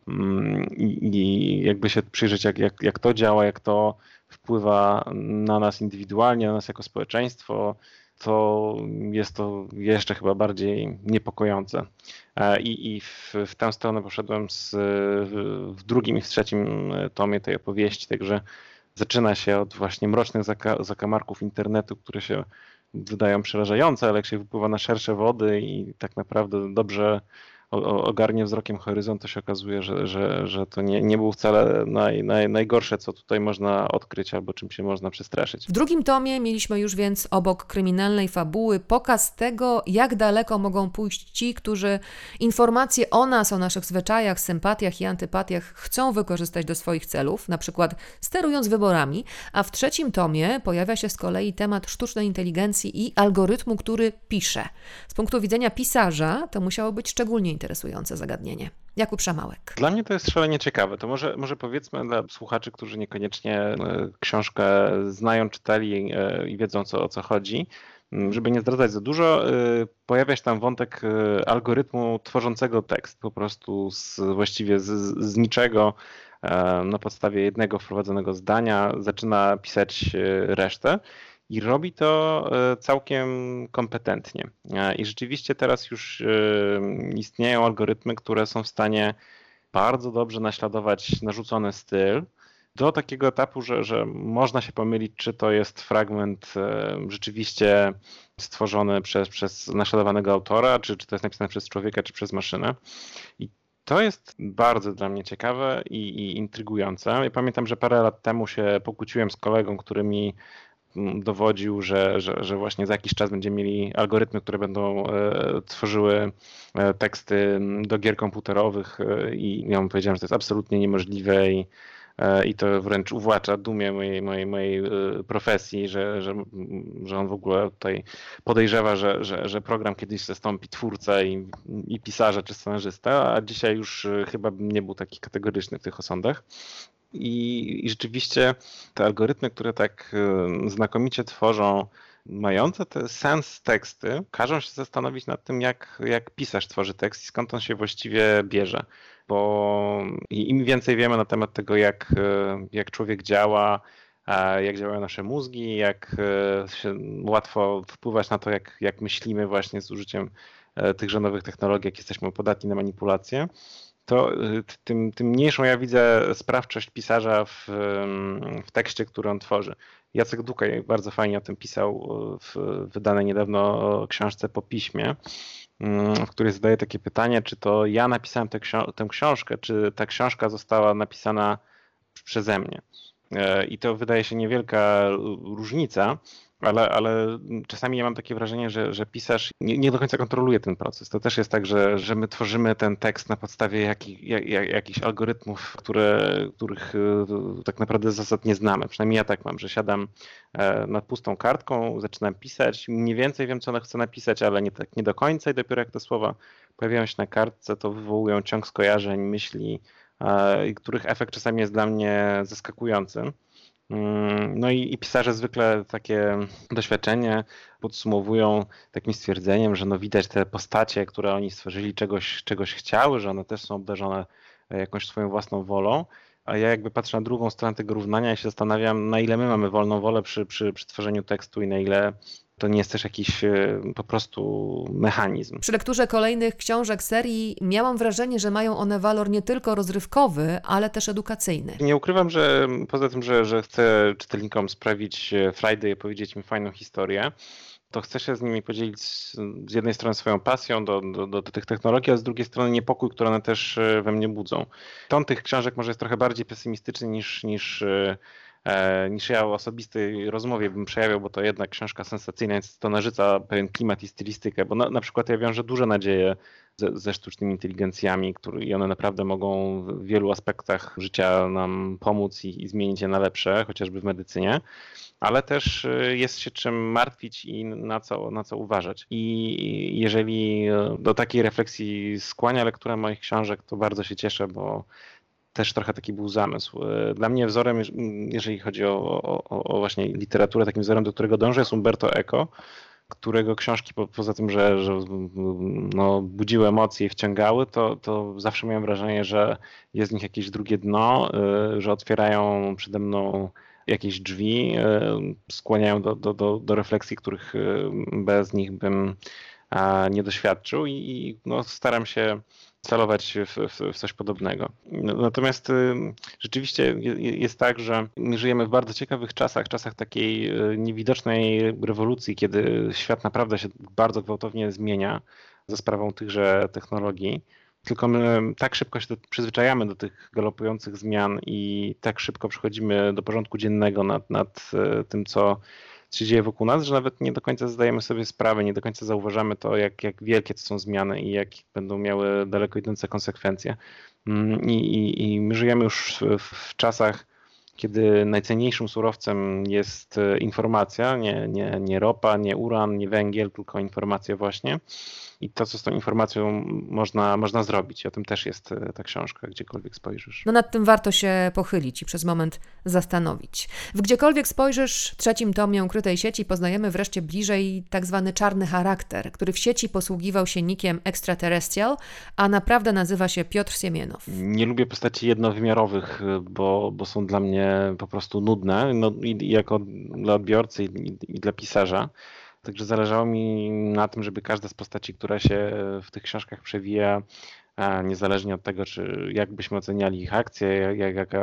i jakby się przyjrzeć, jak to działa, jak to wpływa na nas indywidualnie, na nas jako społeczeństwo, to jest to jeszcze chyba bardziej niepokojące. I w tę stronę poszedłem w drugim i w trzecim tomie tej opowieści, także zaczyna się od właśnie mrocznych zakamarków internetu, które się wydają przerażające, ale jak się wypływa na szersze wody i tak naprawdę dobrze ogarnie wzrokiem horyzont, to się okazuje, że to nie był wcale najgorsze, co tutaj można odkryć albo czym się można przestraszyć. W drugim tomie mieliśmy już więc obok kryminalnej fabuły pokaz tego, jak daleko mogą pójść ci, którzy informacje o nas, o naszych zwyczajach, sympatiach i antypatiach chcą wykorzystać do swoich celów, na przykład sterując wyborami, a w trzecim tomie pojawia się z kolei temat sztucznej inteligencji i algorytmu, który pisze. Z punktu widzenia pisarza to musiało być szczególnie interesujące zagadnienie. Jakub Szamałek. Dla mnie to jest szalenie ciekawe. To może powiedzmy dla słuchaczy, którzy niekoniecznie książkę znają, czytali i wiedzą o co chodzi. żeby nie zdradzać za dużo, pojawia się tam wątek algorytmu tworzącego tekst, po prostu właściwie z niczego, na podstawie jednego wprowadzonego zdania zaczyna pisać resztę. I robi to całkiem kompetentnie. I rzeczywiście teraz już istnieją algorytmy, które są w stanie bardzo dobrze naśladować narzucony styl do takiego etapu, że można się pomylić, czy to jest fragment rzeczywiście stworzony przez naśladowanego autora, czy to jest napisane przez człowieka, czy przez maszynę. I to jest bardzo dla mnie ciekawe i intrygujące. Ja pamiętam, że parę lat temu się pokłóciłem z kolegą, który mi dowodził, że właśnie za jakiś czas będziemy mieli algorytmy, które będą tworzyły teksty do gier komputerowych i ja mu powiedziałem, że to jest absolutnie niemożliwe i to wręcz uwłacza dumie mojej profesji, że on w ogóle tutaj podejrzewa, że program kiedyś zastąpi twórcę i pisarza czy scenarzystę, a dzisiaj już chyba bym nie był taki kategoryczny w tych osądach. I rzeczywiście te algorytmy, które tak znakomicie tworzą, mające ten sens teksty, każą się zastanowić nad tym, jak pisarz tworzy tekst i skąd on się właściwie bierze. Bo im więcej wiemy na temat tego, jak człowiek działa, jak działają nasze mózgi, jak się łatwo wpływać na to, jak myślimy właśnie z użyciem tychże nowych technologii, jak jesteśmy podatni na manipulacje, to tym mniejszą ja widzę sprawczość pisarza w tekście, który on tworzy. Jacek Dukaj bardzo fajnie o tym pisał w wydanej niedawno książce Po piśmie, w której zadaje takie pytanie, czy to ja napisałem tę książkę, czy ta książka została napisana przeze mnie. I to wydaje się niewielka różnica, ale czasami ja mam takie wrażenie, że pisarz nie do końca kontroluje ten proces. To też jest tak, że my tworzymy ten tekst na podstawie jakichś algorytmów, których tak naprawdę zasad nie znamy. Przynajmniej ja tak mam, że siadam nad pustą kartką, zaczynam pisać, mniej więcej wiem, co chcę napisać, ale nie do końca i dopiero jak te słowa pojawiają się na kartce, to wywołują ciąg skojarzeń, myśli, których efekt czasami jest dla mnie zaskakujący. No i pisarze zwykle takie doświadczenie podsumowują takim stwierdzeniem, że no widać te postacie, które oni stworzyli, czegoś chciały, że one też są obdarzone jakąś swoją własną wolą, a ja jakby patrzę na drugą stronę tego równania i się zastanawiam, na ile my mamy wolną wolę przy tworzeniu tekstu i na ile to nie jest też jakiś po prostu mechanizm. Przy lekturze kolejnych książek serii miałam wrażenie, że mają one walor nie tylko rozrywkowy, ale też edukacyjny. Nie ukrywam, że poza tym, że chcę czytelnikom sprawić frajdę i opowiedzieć im fajną historię, to chcę się z nimi podzielić z jednej strony swoją pasją do tych technologii, a z drugiej strony niepokój, który one też we mnie budzą. Ton tych książek może jest trochę bardziej pesymistyczny niż ja w osobistej rozmowie bym przejawiał, bo to jednak książka sensacyjna, więc to narzuca pewien klimat i stylistykę, bo na przykład ja wiążę duże nadzieje ze sztucznymi inteligencjami, i one naprawdę mogą w wielu aspektach życia nam pomóc i zmienić je na lepsze, chociażby w medycynie, ale też jest się czym martwić i na co uważać. I jeżeli do takiej refleksji skłania lektura moich książek, to bardzo się cieszę, bo też trochę taki był zamysł. Dla mnie wzorem, jeżeli chodzi o właśnie literaturę, takim wzorem, do którego dążę, jest Umberto Eco, którego książki poza tym, że no, budziły emocje i wciągały, to zawsze miałem wrażenie, że jest w nich jakieś drugie dno, że otwierają przede mną jakieś drzwi, skłaniają do refleksji, których bez nich bym nie doświadczył i no, staram się celować w coś podobnego. Natomiast rzeczywiście jest tak, że my żyjemy w bardzo ciekawych czasach takiej niewidocznej rewolucji, kiedy świat naprawdę się bardzo gwałtownie zmienia za sprawą tychże technologii. Tylko my tak szybko się przyzwyczajamy do tych galopujących zmian i tak szybko przechodzimy do porządku dziennego nad tym, co się dzieje wokół nas, że nawet nie do końca zdajemy sobie sprawy, nie do końca zauważamy to, jak wielkie to są zmiany i jak będą miały daleko idące konsekwencje. I my żyjemy już w czasach, kiedy najcenniejszym surowcem jest informacja, nie ropa, nie uran, nie węgiel, tylko informacja właśnie. I to, co z tą informacją można zrobić. I o tym też jest ta książka, gdziekolwiek spojrzysz. No nad tym warto się pochylić i przez moment zastanowić. W Gdziekolwiek spojrzysz, w 3. tomie Ukrytej sieci poznajemy wreszcie bliżej tak zwany czarny charakter, który w sieci posługiwał się nickiem Extraterrestrial, a naprawdę nazywa się Piotr Siemienow. Nie lubię postaci jednowymiarowych, bo są dla mnie po prostu nudne, no, i jako dla odbiorcy i dla pisarza. Także zależało mi na tym, żeby każda z postaci, która się w tych książkach przewija, niezależnie od tego, jak byśmy oceniali ich akcje,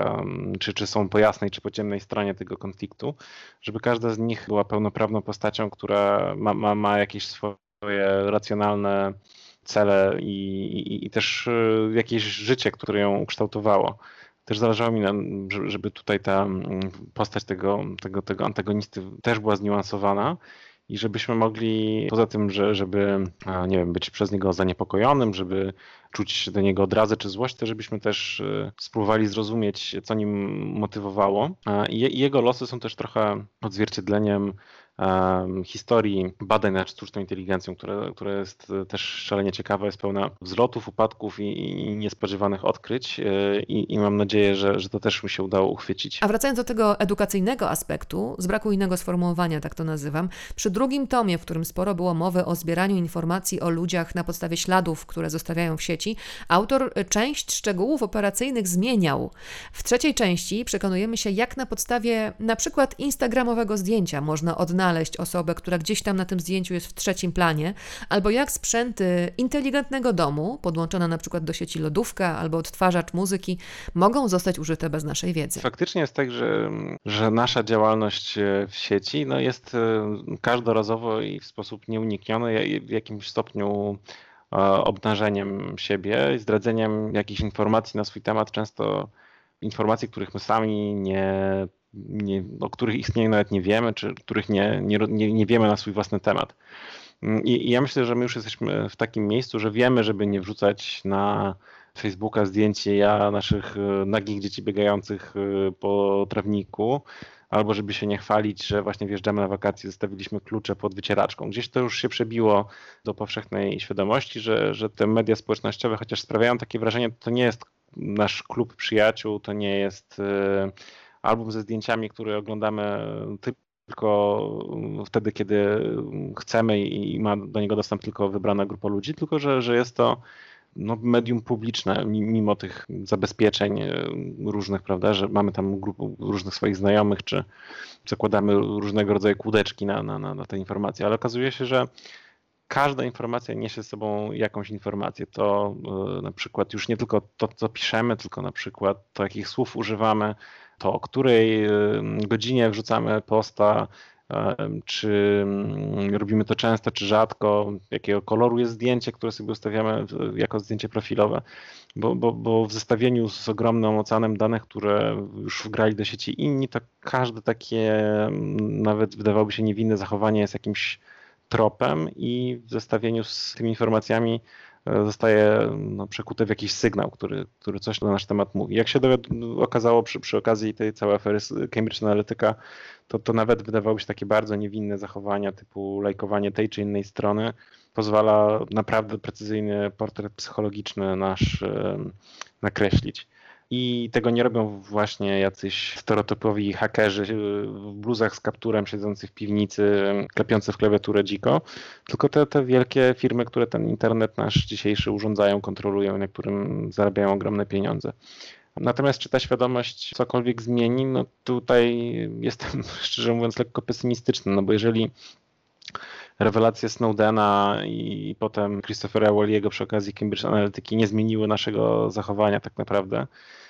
czy są po jasnej, czy po ciemnej stronie tego konfliktu, żeby każda z nich była pełnoprawną postacią, która ma jakieś swoje racjonalne cele i też jakieś życie, które ją ukształtowało. Też zależało mi, żeby tutaj ta postać tego antagonisty też była zniuansowana. I żebyśmy mogli, poza tym, żeby nie wiem, być przez niego zaniepokojonym, żeby czuć do niego odrazę czy złość, to żebyśmy też spróbowali zrozumieć, co nim motywowało. I jego losy są też trochę odzwierciedleniem historii badań nad sztuczną inteligencją, która jest też szalenie ciekawa, jest pełna wzlotów, upadków i niespodziewanych odkryć i mam nadzieję, że to też mi się udało uchwycić. A wracając do tego edukacyjnego aspektu, z braku innego sformułowania, tak to nazywam, przy 2. tomie, w którym sporo było mowy o zbieraniu informacji o ludziach na podstawie śladów, które zostawiają w sieci, autor część szczegółów operacyjnych zmieniał. W 3. części przekonujemy się, jak na podstawie na przykład instagramowego zdjęcia można odnaleźć osobę, która gdzieś tam na tym zdjęciu jest w 3. planie, albo jak sprzęty inteligentnego domu, podłączona na przykład do sieci lodówka albo odtwarzacz muzyki, mogą zostać użyte bez naszej wiedzy. Faktycznie jest tak, że nasza działalność w sieci jest każdorazowo i w sposób nieunikniony w jakimś stopniu obnażeniem siebie, zdradzeniem jakichś informacji na swój temat, często informacji, których my sami o których istnieniu nawet nie wiemy, czy których nie wiemy na swój własny temat. I ja myślę, że my już jesteśmy w takim miejscu, że wiemy, żeby nie wrzucać na Facebooka zdjęcie naszych nagich dzieci biegających po trawniku, albo żeby się nie chwalić, że właśnie wjeżdżamy na wakacje, zostawiliśmy klucze pod wycieraczką. Gdzieś to już się przebiło do powszechnej świadomości, że te media społecznościowe, chociaż sprawiają takie wrażenie, to nie jest nasz klub przyjaciół, to nie jest album ze zdjęciami, które oglądamy tylko wtedy, kiedy chcemy i ma do niego dostęp tylko wybrana grupa ludzi, tylko że jest to medium publiczne, mimo tych zabezpieczeń różnych, prawda, że mamy tam grupę różnych swoich znajomych, czy zakładamy różnego rodzaju kłódeczki na te informacje, ale okazuje się, że każda informacja niesie z sobą jakąś informację. To na przykład już nie tylko to, co piszemy, tylko na przykład to, jakich słów używamy, to o której godzinie wrzucamy posta, czy robimy to często, czy rzadko, jakiego koloru jest zdjęcie, które sobie ustawiamy jako zdjęcie profilowe, bo w zestawieniu z ogromnym oceanem danych, które już wgrali do sieci inni, to każde takie nawet wydawałoby się niewinne zachowanie jest jakimś tropem i w zestawieniu z tymi informacjami zostaje przekute w jakiś sygnał, który coś na nasz temat mówi. Jak się okazało przy okazji tej całej afery z Cambridge Analytica, to nawet wydawało się takie bardzo niewinne zachowania typu lajkowanie tej czy innej strony pozwala naprawdę precyzyjny portret psychologiczny nasz nakreślić. I tego nie robią właśnie jacyś stereotypowi hakerzy w bluzach z kapturem siedzący w piwnicy, klepiący w klawiaturę dziko, tylko te wielkie firmy, które ten internet nasz dzisiejszy urządzają, kontrolują, na którym zarabiają ogromne pieniądze. Natomiast czy ta świadomość cokolwiek zmieni? Tutaj jestem, szczerze mówiąc, lekko pesymistyczny, bo jeżeli rewelacje Snowdena i potem Christophera Walliego przy okazji Cambridge Analytyki nie zmieniły naszego zachowania tak naprawdę,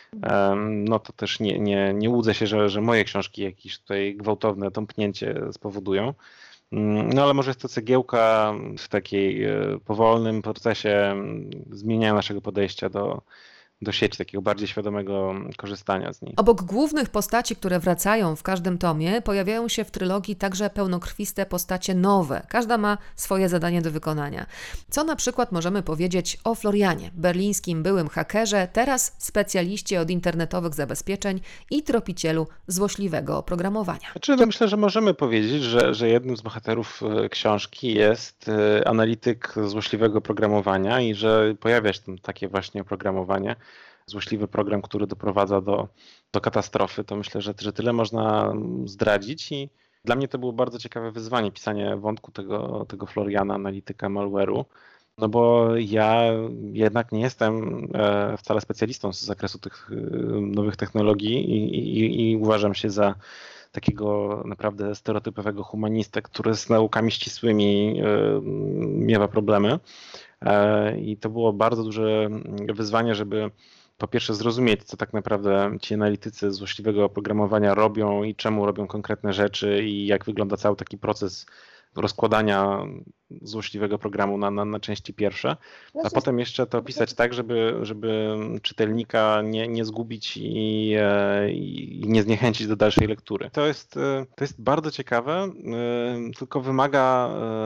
to też nie łudzę się, że moje książki jakieś tutaj gwałtowne tąpnięcie spowodują. Ale może jest to cegiełka w takiej powolnym procesie zmieniania naszego podejścia do sieci, takiego bardziej świadomego korzystania z niej. Obok głównych postaci, które wracają w każdym tomie, pojawiają się w trylogii także pełnokrwiste postacie nowe. Każda ma swoje zadanie do wykonania. Co na przykład możemy powiedzieć o Florianie, berlińskim byłym hakerze, teraz specjaliście od internetowych zabezpieczeń i tropicielu złośliwego oprogramowania. Myślę, że możemy powiedzieć, że jednym z bohaterów książki jest analityk złośliwego oprogramowania i że pojawia się tam takie właśnie oprogramowanie, złośliwy program, który doprowadza do katastrofy. To myślę, że tyle można zdradzić i dla mnie to było bardzo ciekawe wyzwanie, pisanie wątku tego Floriana, analityka malware'u. No bo ja jednak nie jestem wcale specjalistą z zakresu tych nowych technologii i uważam się za takiego naprawdę stereotypowego humanistę, który z naukami ścisłymi miewa problemy. I to było bardzo duże wyzwanie, żeby po pierwsze zrozumieć, co tak naprawdę ci analitycy złośliwego oprogramowania robią i czemu robią konkretne rzeczy i jak wygląda cały taki proces rozkładania złośliwego programu na części pierwsze, a potem jeszcze to opisać tak, żeby czytelnika nie zgubić i nie zniechęcić do dalszej lektury. To jest bardzo ciekawe, tylko wymaga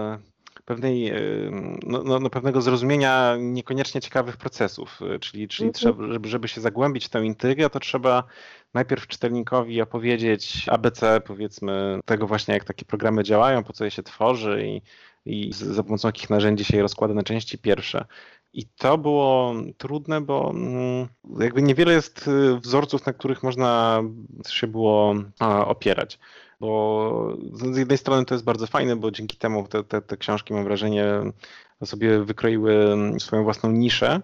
pewnego zrozumienia niekoniecznie ciekawych procesów, czyli trzeba, żeby się zagłębić w tę intrygę, to trzeba najpierw czytelnikowi opowiedzieć ABC, powiedzmy, tego właśnie, jak takie programy działają, po co je się tworzy i za pomocą jakich narzędzi się je rozkłada na części pierwsze. I to było trudne, bo jakby niewiele jest wzorców, na których można się było opierać. Bo z jednej strony to jest bardzo fajne, bo dzięki temu te książki, mam wrażenie, sobie wykroiły swoją własną niszę,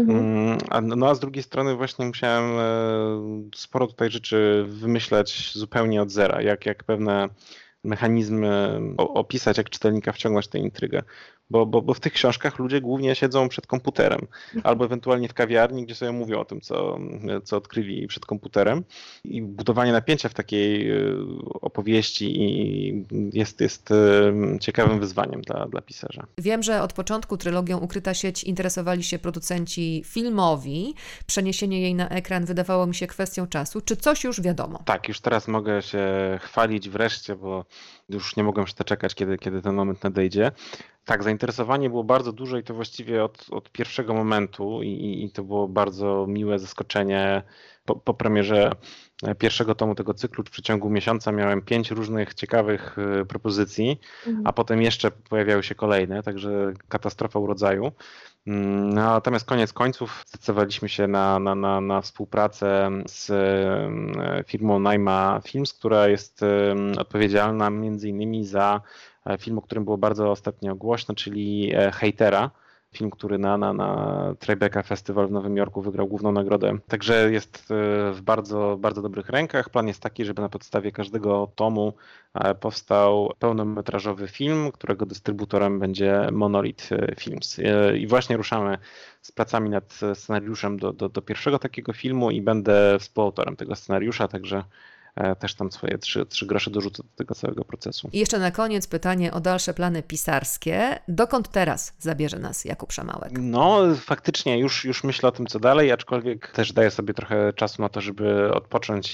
a z drugiej strony właśnie musiałem sporo tutaj rzeczy wymyślać zupełnie od zera, jak pewne mechanizmy opisać, jak czytelnika wciągnąć w tę intrygę. Bo w tych książkach ludzie głównie siedzą przed komputerem albo ewentualnie w kawiarni, gdzie sobie mówią o tym, co odkryli przed komputerem. I budowanie napięcia w takiej opowieści jest ciekawym wyzwaniem dla pisarza. Wiem, że od początku trylogią Ukryta sieć interesowali się producenci filmowi. Przeniesienie jej na ekran wydawało mi się kwestią czasu. Czy coś już wiadomo? Tak, już teraz mogę się chwalić wreszcie, bo już nie mogłem się doczekać, kiedy ten moment nadejdzie. Tak, zainteresowanie było bardzo duże i to właściwie od pierwszego momentu i to było bardzo miłe zaskoczenie. Po premierze pierwszego tomu tego cyklu w przeciągu miesiąca miałem 5 różnych ciekawych propozycji, a potem jeszcze pojawiały się kolejne, także katastrofa urodzaju. Natomiast koniec końców zdecydowaliśmy się na współpracę z firmą Naima Films, która jest odpowiedzialna między innymi za film, o którym było bardzo ostatnio głośno, czyli Hejtera. Film, który na Tribeca Festival w Nowym Jorku wygrał główną nagrodę. Także jest w bardzo, bardzo dobrych rękach. Plan jest taki, żeby na podstawie każdego tomu powstał pełnometrażowy film, którego dystrybutorem będzie Monolith Films. I właśnie ruszamy z pracami nad scenariuszem do pierwszego takiego filmu i będę współautorem tego scenariusza, także też tam swoje 3 grosze dorzucę do tego całego procesu. I jeszcze na koniec pytanie o dalsze plany pisarskie. Dokąd teraz zabierze nas Jakub Szamałek? No faktycznie już myślę o tym, co dalej, aczkolwiek też daję sobie trochę czasu na to, żeby odpocząć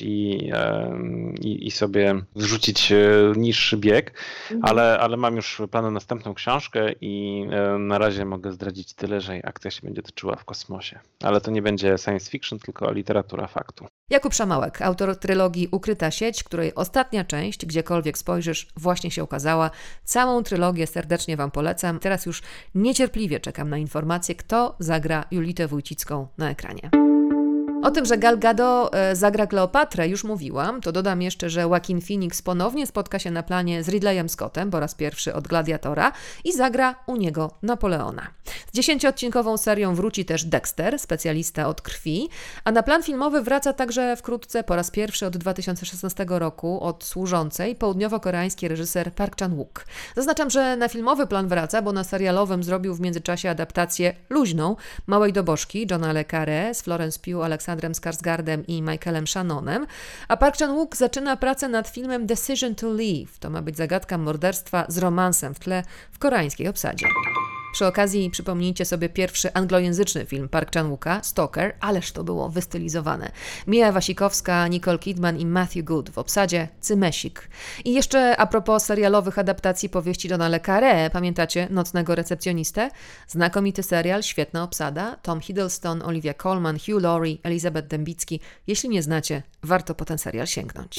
i sobie wrzucić niższy bieg, ale mam już plany na następną książkę i na razie mogę zdradzić tyle, że akcja się będzie toczyła w kosmosie. Ale to nie będzie science fiction, tylko literatura faktu. Jakub Szamałek, autor trylogii Ukryta sieć, której ostatnia część, gdziekolwiek spojrzysz, właśnie się ukazała. Całą trylogię serdecznie Wam polecam. Teraz już niecierpliwie czekam na informację, kto zagra Julitę Wójcicką na ekranie. O tym, że Gal Gadot zagra Kleopatrę, już mówiłam. To dodam jeszcze, że Joaquin Phoenix ponownie spotka się na planie z Ridleyem Scottem po raz pierwszy od Gladiatora i zagra u niego Napoleona. Z 10-odcinkową serią wróci też Dexter, specjalista od krwi, a na plan filmowy wraca także wkrótce po raz pierwszy od 2016 roku od Służącej południowo-koreański reżyser Park Chan-wook. Zaznaczam, że na filmowy plan wraca, bo na serialowym zrobił w międzyczasie adaptację luźną Małej Dobożki Johna le Carré z Florence Pugh, Aleksandrem Skarsgardem i Michaelem Shannonem, a Park Chan-wook zaczyna pracę nad filmem Decision to Leave. To ma być zagadka morderstwa z romansem w tle w koreańskiej obsadzie. Przy okazji przypomnijcie sobie pierwszy anglojęzyczny film Park Chan-wooka, Stalker, ależ to było wystylizowane. Mia Wasikowska, Nicole Kidman i Matthew Good w obsadzie Cymesik. I jeszcze a propos serialowych adaptacji powieści Johna le Carré, pamiętacie Nocnego recepcjonistę? Znakomity serial, świetna obsada, Tom Hiddleston, Olivia Colman, Hugh Laurie, Elizabeth Dębicki. Jeśli nie znacie, warto po ten serial sięgnąć.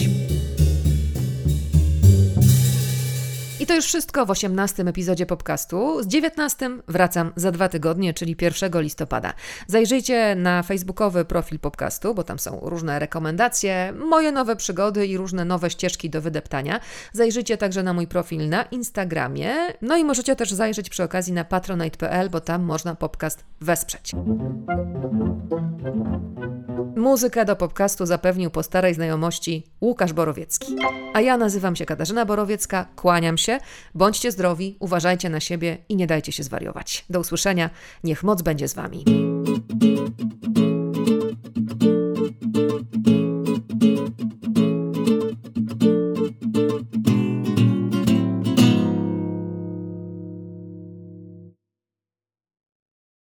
I to już wszystko w 18. epizodzie podcastu. Z 19 wracam za 2 tygodnie, czyli 1 listopada. Zajrzyjcie na facebookowy profil podcastu, bo tam są różne rekomendacje, moje nowe przygody i różne nowe ścieżki do wydeptania. Zajrzyjcie także na mój profil na Instagramie. No i możecie też zajrzeć przy okazji na patronite.pl, bo tam można podcast wesprzeć. Muzykę do podcastu zapewnił po starej znajomości Łukasz Borowiecki. A ja nazywam się Katarzyna Borowiecka, kłaniam się, bądźcie zdrowi, uważajcie na siebie i nie dajcie się zwariować. Do usłyszenia, niech moc będzie z Wami.